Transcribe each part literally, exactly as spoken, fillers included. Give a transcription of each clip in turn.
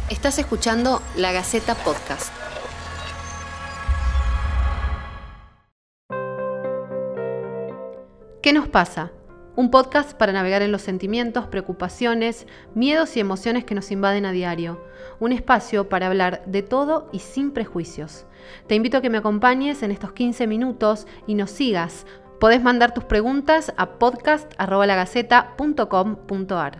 Estás escuchando La Gaceta Podcast. ¿Qué nos pasa? Un podcast para navegar en los sentimientos, preocupaciones, miedos y emociones que nos invaden a diario. Un espacio para hablar de todo y sin prejuicios. Te invito a que me acompañes en estos quince minutos y nos sigas. Podés mandar tus preguntas a podcast arroba lagaceta punto com punto a r.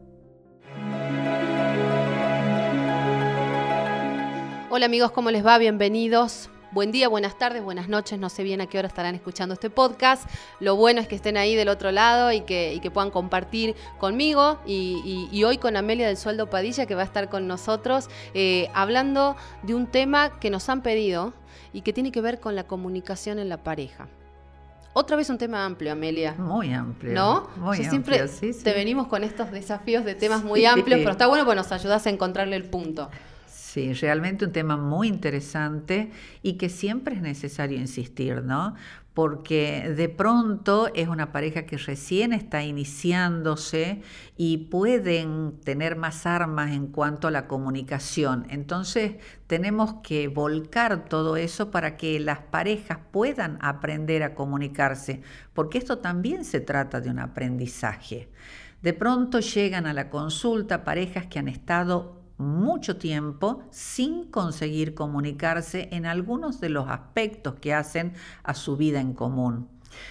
Hola amigos, ¿cómo les va? Bienvenidos. Buen día, buenas tardes, buenas noches. No sé bien a qué hora estarán escuchando este podcast. Lo bueno es que estén ahí del otro lado y que, y que puedan compartir conmigo y, y, y hoy con Amelia del Sueldo Padilla, que va a estar con nosotros eh, hablando de un tema que nos han pedido y que tiene que ver con la comunicación en la pareja. Otra vez un tema amplio, Amelia. Muy amplio. ¿No? Muy Yo amplio, siempre sí, sí. te venimos con estos desafíos de temas muy Sí. amplios, pero está bueno porque nos ayudas a encontrarle el punto. Sí, realmente un tema muy interesante y que siempre es necesario insistir, ¿no? Porque de pronto es una pareja que recién está iniciándose y pueden tener más armas en cuanto a la comunicación. Entonces tenemos que volcar todo eso para que las parejas puedan aprender a comunicarse, porque esto también se trata de un aprendizaje. De pronto llegan a la consulta parejas que han estado mucho tiempo sin conseguir comunicarse en algunos de los aspectos que hacen a su vida en común.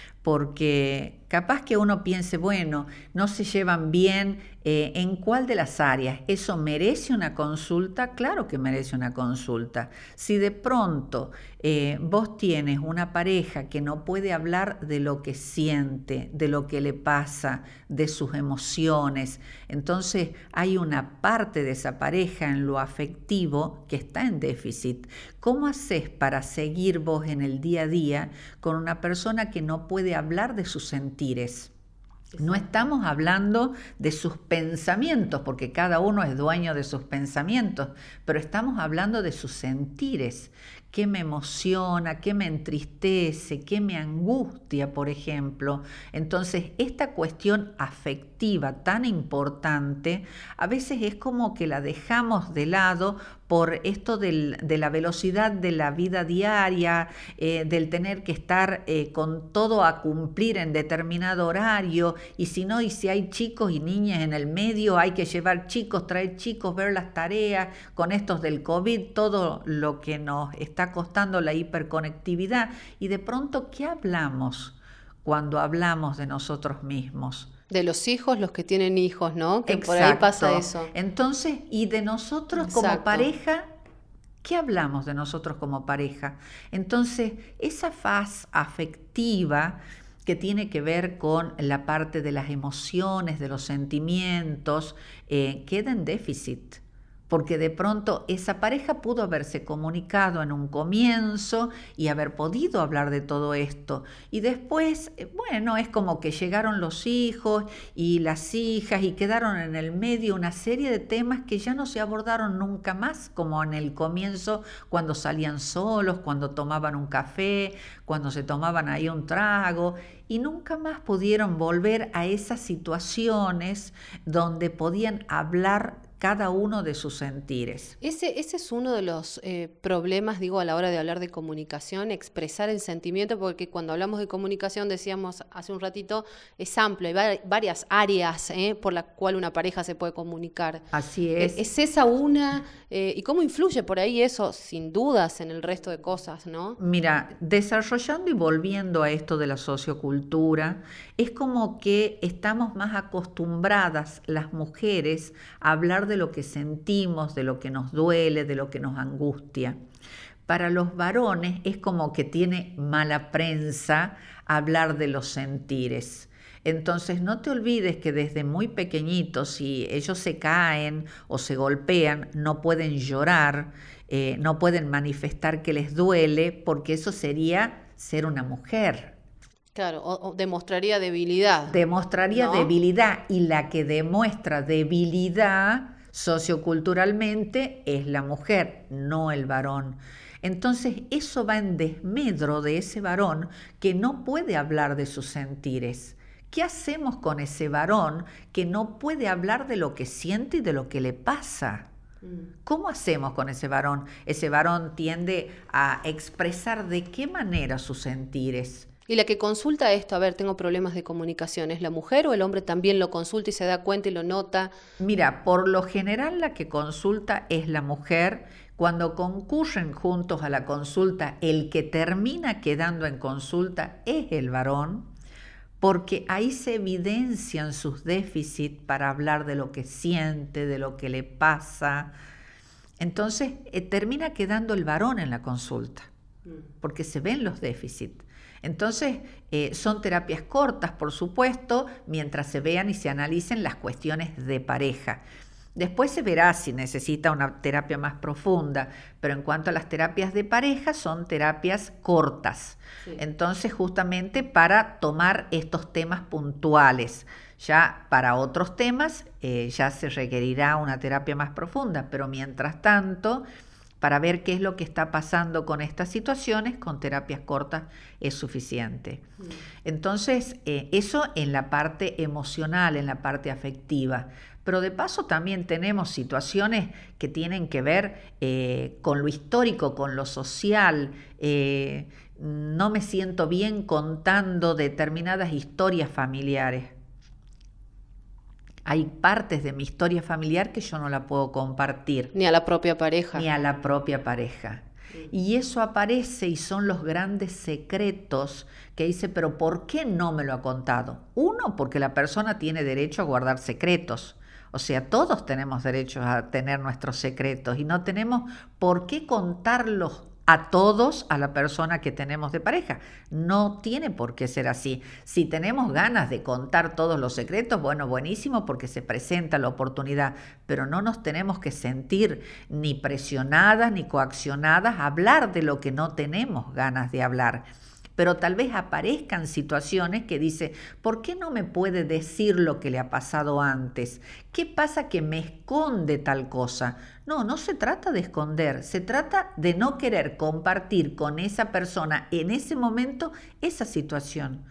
Porque capaz que uno piense, bueno, no se llevan bien, eh, ¿en cuál de las áreas? ¿Eso merece una consulta? Claro que merece una consulta. Si de pronto eh, vos tienes una pareja que no puede hablar de lo que siente, de lo que le pasa, de sus emociones, entonces hay una parte de esa pareja en lo afectivo que está en déficit. ¿Cómo haces para seguir vos en el día a día con una persona que no puede hablar de sus sentires? No estamos hablando de sus pensamientos, porque cada uno es dueño de sus pensamientos, pero estamos hablando de sus sentires. ¿Qué me emociona? ¿Qué me entristece? ¿Qué me angustia, por ejemplo? Entonces, esta cuestión afectiva tan importante, a veces es como que la dejamos de lado por esto del, de la velocidad de la vida diaria, eh, del tener que estar eh, con todo a cumplir en determinado horario, y si no, y si hay chicos y niñas en el medio, hay que llevar chicos, traer chicos, ver las tareas, con estos del COVID, todo lo que nos está costando la hiperconectividad, y de pronto, ¿qué hablamos cuando hablamos de nosotros mismos? De los hijos, los que tienen hijos, ¿no? Que Exacto. Por ahí pasa eso. Entonces, y de nosotros Exacto. como pareja, ¿qué hablamos de nosotros como pareja? Entonces, esa faz afectiva que tiene que ver con la parte de las emociones, de los sentimientos, eh, queda en déficit. Porque de pronto esa pareja pudo haberse comunicado en un comienzo y haber podido hablar de todo esto. Y después, bueno, es como que llegaron los hijos y las hijas y quedaron en el medio una serie de temas que ya no se abordaron nunca más, como en el comienzo cuando salían solos, cuando tomaban un café, cuando se tomaban ahí un trago. Y nunca más pudieron volver a esas situaciones donde podían hablar cada uno de sus sentires. Ese, ese es uno de los eh, problemas, digo, a la hora de hablar de comunicación, expresar el sentimiento, porque cuando hablamos de comunicación, decíamos hace un ratito, es amplio, hay var- varias áreas eh, por las cuales una pareja se puede comunicar. Así es. ¿Es esa una? Eh, ¿Y cómo influye por ahí eso, sin dudas, en el resto de cosas, no? Mira, desarrollando y volviendo a esto de la sociocultura, es como que estamos más acostumbradas las mujeres a hablar de lo que sentimos, de lo que nos duele, de lo que nos angustia. Para los varones es como que tiene mala prensa hablar de los sentires. Entonces no te olvides que desde muy pequeñitos, si ellos se caen o se golpean, no pueden llorar, eh, no pueden manifestar que les duele, porque eso sería ser una mujer. Claro, o, o demostraría debilidad. Demostraría ¿no? debilidad, y la que demuestra debilidad socioculturalmente es la mujer, no el varón. Entonces eso va en desmedro de ese varón que no puede hablar de sus sentires. ¿Qué hacemos con ese varón que no puede hablar de lo que siente y de lo que le pasa? ¿Cómo hacemos con ese varón? Ese varón tiende a expresar de qué manera sus sentires. Y la que consulta esto, a ver, tengo problemas de comunicación, ¿es la mujer o el hombre también lo consulta y se da cuenta y lo nota? Mira, por lo general la que consulta es la mujer. Cuando concurren juntos a la consulta, el que termina quedando en consulta es el varón, porque ahí se evidencian sus déficits para hablar de lo que siente, de lo que le pasa. Entonces eh, termina quedando el varón en la consulta, porque se ven los déficits. Entonces eh, son terapias cortas, por supuesto, mientras se vean y se analicen las cuestiones de pareja. Después se verá si necesita una terapia más profunda, pero en cuanto a las terapias de pareja son terapias cortas. Sí. Entonces justamente para tomar estos temas puntuales. Ya para otros temas eh, ya se requerirá una terapia más profunda, pero mientras tanto, para ver qué es lo que está pasando con estas situaciones, con terapias cortas es suficiente. Mm. Entonces, eh, eso en la parte emocional, en la parte afectiva. Pero de paso también tenemos situaciones que tienen que ver eh, con lo histórico, con lo social. Eh, no me siento bien contando determinadas historias familiares. Hay partes de mi historia familiar que yo no la puedo compartir. Ni a la propia pareja. Ni a la propia pareja. Y eso aparece y son los grandes secretos que dice, pero ¿por qué no me lo ha contado? Uno, porque la persona tiene derecho a guardar secretos. O sea, todos tenemos derecho a tener nuestros secretos y no tenemos por qué contarlos a todos a la persona que tenemos de pareja. No tiene por qué ser así. Si tenemos ganas de contar todos los secretos, bueno, buenísimo, porque se presenta la oportunidad, pero no nos tenemos que sentir ni presionadas ni coaccionadas a hablar de lo que no tenemos ganas de hablar. Pero tal vez aparezcan situaciones que dice, ¿por qué no me puede decir lo que le ha pasado antes? ¿Qué pasa que me esconde tal cosa? No, no se trata de esconder, se trata de no querer compartir con esa persona en ese momento esa situación.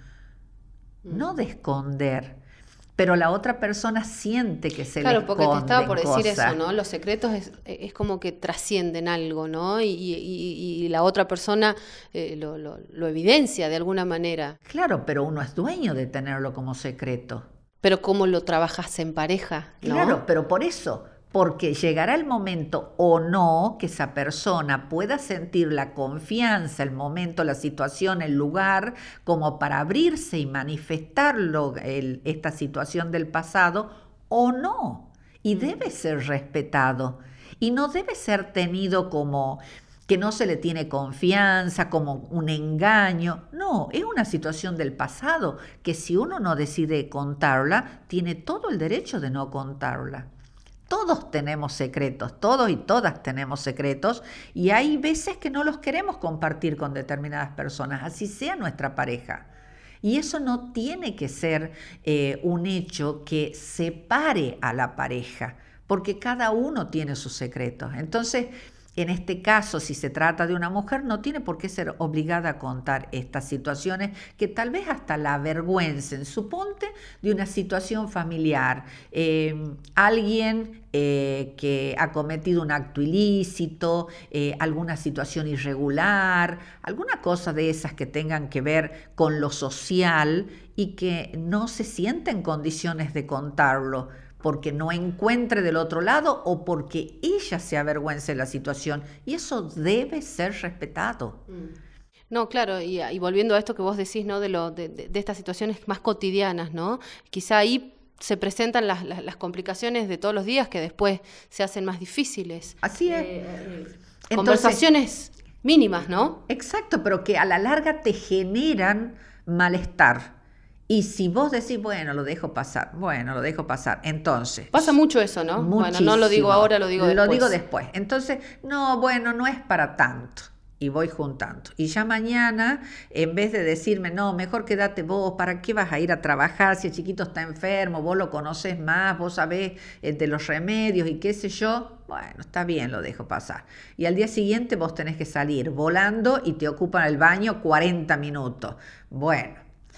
No de esconder. Pero la otra persona siente que se claro, le esconden cosas. Claro, porque te estaba por decir eso, ¿no? Los secretos es, es como que trascienden algo, ¿no? Y, y, y la otra persona eh, lo, lo, lo evidencia de alguna manera. Claro, pero uno es dueño de tenerlo como secreto. Pero ¿cómo lo trabajas en pareja? ¿No? Claro, pero por eso... Porque llegará el momento o no que esa persona pueda sentir la confianza, el momento, la situación, el lugar, como para abrirse y manifestarlo, el, esta situación del pasado, o no. Y debe ser respetado. Y no debe ser tenido como que no se le tiene confianza, como un engaño. No, es una situación del pasado que si uno no decide contarla, tiene todo el derecho de no contarla. Todos tenemos secretos, todos y todas tenemos secretos y hay veces que no los queremos compartir con determinadas personas, así sea nuestra pareja. Y eso no tiene que ser eh, un hecho que separe a la pareja, porque cada uno tiene sus secretos. Entonces, en este caso, si se trata de una mujer, no tiene por qué ser obligada a contar estas situaciones que tal vez hasta la avergüencen. Suponte de una situación familiar, eh, alguien eh, que ha cometido un acto ilícito, eh, alguna situación irregular, alguna cosa de esas que tengan que ver con lo social y que no se sienta en condiciones de contarlo, porque no encuentre del otro lado o porque ella se avergüence de la situación. Y eso debe ser respetado. No, claro, y, y volviendo a esto que vos decís, ¿no? De, lo, de, de, de estas situaciones más cotidianas, ¿no? Quizá ahí se presentan las, las, las complicaciones de todos los días que después se hacen más difíciles. Así es. Eh, Entonces, conversaciones mínimas, ¿no? Exacto, pero que a la larga te generan malestar. Y si vos decís, bueno, lo dejo pasar, bueno, lo dejo pasar, entonces... Pasa mucho eso, ¿no? Muchísimo. Bueno, no lo digo ahora, lo digo después. Lo digo después. Entonces, no, bueno, no es para tanto. Y voy juntando. Y ya mañana, en vez de decirme, no, mejor quédate vos, ¿para qué vas a ir a trabajar si el chiquito está enfermo? Vos lo conocés más, vos sabés eh, de los remedios y qué sé yo. Bueno, está bien, lo dejo pasar. Y al día siguiente vos tenés que salir volando y te ocupan el baño cuarenta minutos. Bueno.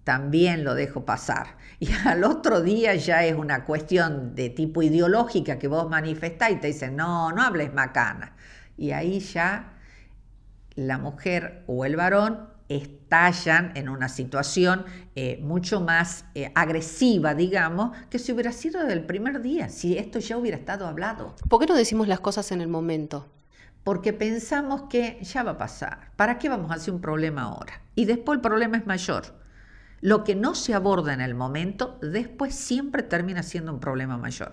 también lo dejo pasar. Y al otro día ya es una cuestión de tipo ideológica que vos manifestás y te dicen, no, no hables macana. Y ahí ya la mujer o el varón estallan en una situación eh, mucho más eh, agresiva, digamos, que si hubiera sido desde el primer día, si esto ya hubiera estado hablado. ¿Por qué no decimos las cosas en el momento? Porque pensamos que ya va a pasar. ¿Para qué vamos a hacer un problema ahora? Y después el problema es mayor. Lo que no se aborda en el momento, después siempre termina siendo un problema mayor,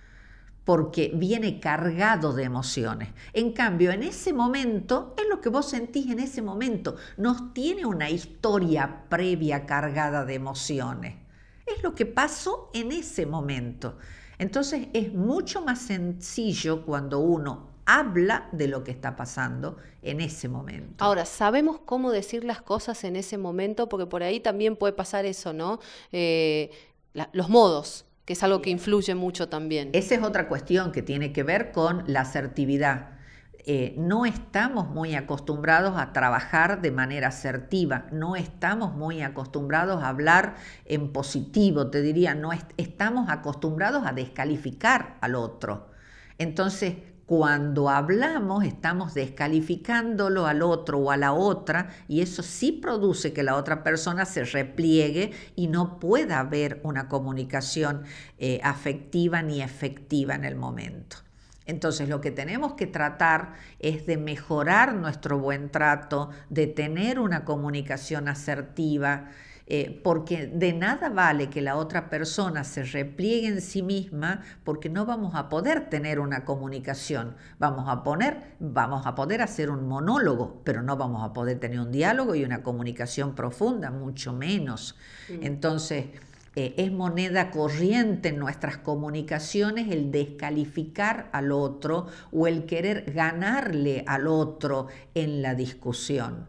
porque viene cargado de emociones. En cambio, en ese momento, es lo que vos sentís en ese momento. No tiene una historia previa cargada de emociones. Es lo que pasó en ese momento. Entonces, es mucho más sencillo cuando uno habla de lo que está pasando en ese momento. Ahora, sabemos cómo decir las cosas en ese momento, porque por ahí también puede pasar eso, ¿no? Eh, la, los modos, que es algo que influye mucho también. Esa es otra cuestión que tiene que ver con la asertividad. Eh, no estamos muy acostumbrados a trabajar de manera asertiva, no estamos muy acostumbrados a hablar en positivo, te diría, no est- estamos acostumbrados a descalificar al otro. Entonces, cuando hablamos estamos descalificándolo al otro o a la otra y eso sí produce que la otra persona se repliegue y no pueda haber una comunicación eh, afectiva ni efectiva en el momento. Entonces lo que tenemos que tratar es de mejorar nuestro buen trato, de tener una comunicación asertiva, Eh, porque de nada vale que la otra persona se repliegue en sí misma porque no vamos a poder tener una comunicación. Vamos a, poner, vamos a poder hacer un monólogo, pero no vamos a poder tener un diálogo y una comunicación profunda, mucho menos. Mm. Entonces, eh, es moneda corriente en nuestras comunicaciones el descalificar al otro o el querer ganarle al otro en la discusión.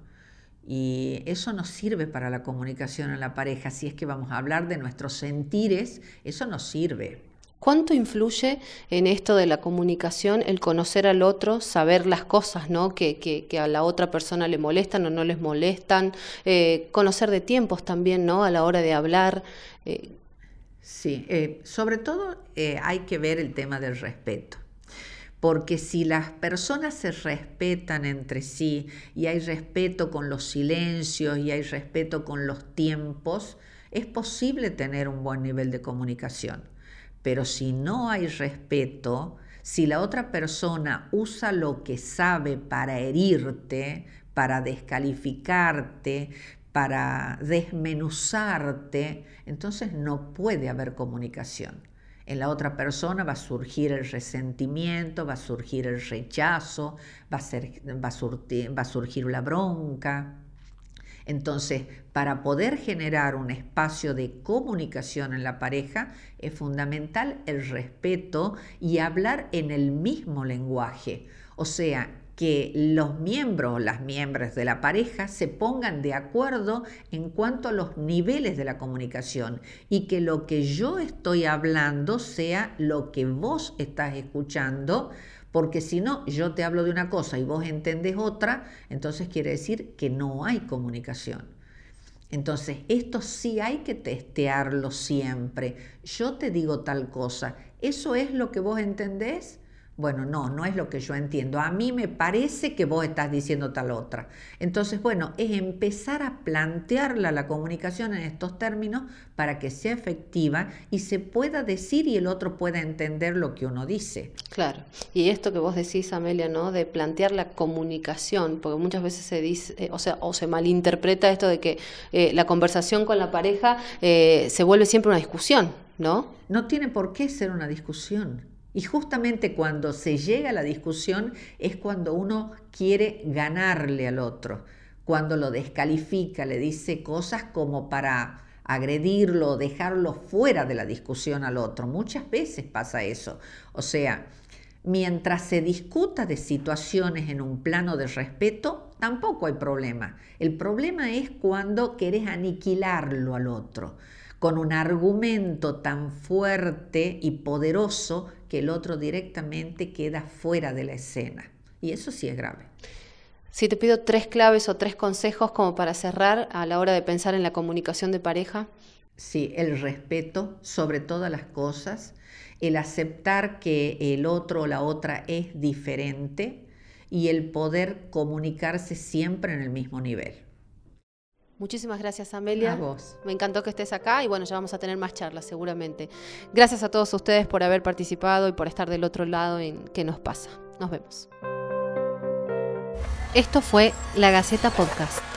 Y eso no sirve para la comunicación en la pareja. Si es que vamos a hablar de nuestros sentires, eso no sirve. ¿Cuánto influye en esto de la comunicación el conocer al otro, saber las cosas, ¿no? que, que, que a la otra persona le molestan o no les molestan? Eh, conocer de tiempos también, ¿no? A la hora de hablar. Eh. Sí, eh, sobre todo eh, hay que ver el tema del respeto. Porque si las personas se respetan entre sí y hay respeto con los silencios y hay respeto con los tiempos, es posible tener un buen nivel de comunicación. Pero si no hay respeto, si la otra persona usa lo que sabe para herirte, para descalificarte, para desmenuzarte, entonces no puede haber comunicación. En la otra persona va a surgir el resentimiento, va a surgir el rechazo, va a, ser, va a, surtir, va a surgir la bronca. Entonces, para poder generar un espacio de comunicación en la pareja, es fundamental el respeto y hablar en el mismo lenguaje. O sea, que los miembros o las miembros de la pareja se pongan de acuerdo en cuanto a los niveles de la comunicación y que lo que yo estoy hablando sea lo que vos estás escuchando, porque si no, yo te hablo de una cosa y vos entendés otra, entonces quiere decir que no hay comunicación. Entonces, esto sí hay que testearlo siempre. Yo te digo tal cosa, ¿eso es lo que vos entendés? Bueno, no, no es lo que yo entiendo. A mí me parece que vos estás diciendo tal otra. Entonces, bueno, es empezar a plantearla la comunicación en estos términos para que sea efectiva y se pueda decir y el otro pueda entender lo que uno dice. Claro. Y esto que vos decís, Amelia, ¿no? De plantear la comunicación, porque muchas veces se dice, eh, o sea, o se malinterpreta esto de que eh, la conversación con la pareja eh, se vuelve siempre una discusión, ¿no? No tiene por qué ser una discusión. Y justamente cuando se llega a la discusión es cuando uno quiere ganarle al otro, cuando lo descalifica, le dice cosas como para agredirlo o dejarlo fuera de la discusión al otro. Muchas veces pasa eso. O sea, mientras se discuta de situaciones en un plano de respeto, tampoco hay problema. El problema es cuando querés aniquilarlo al otro, con un argumento tan fuerte y poderoso que el otro directamente queda fuera de la escena. Y eso sí es grave. Si te pido tres claves o tres consejos como para cerrar a la hora de pensar en la comunicación de pareja. Sí, el respeto sobre todas las cosas, el aceptar que el otro o la otra es diferente y el poder comunicarse siempre en el mismo nivel. Muchísimas gracias, Amelia. A vos. Me encantó que estés acá y bueno, ya vamos a tener más charlas seguramente. Gracias a todos ustedes por haber participado y por estar del otro lado en ¿Qué nos pasa? Nos vemos. Esto fue La Gaceta Podcast.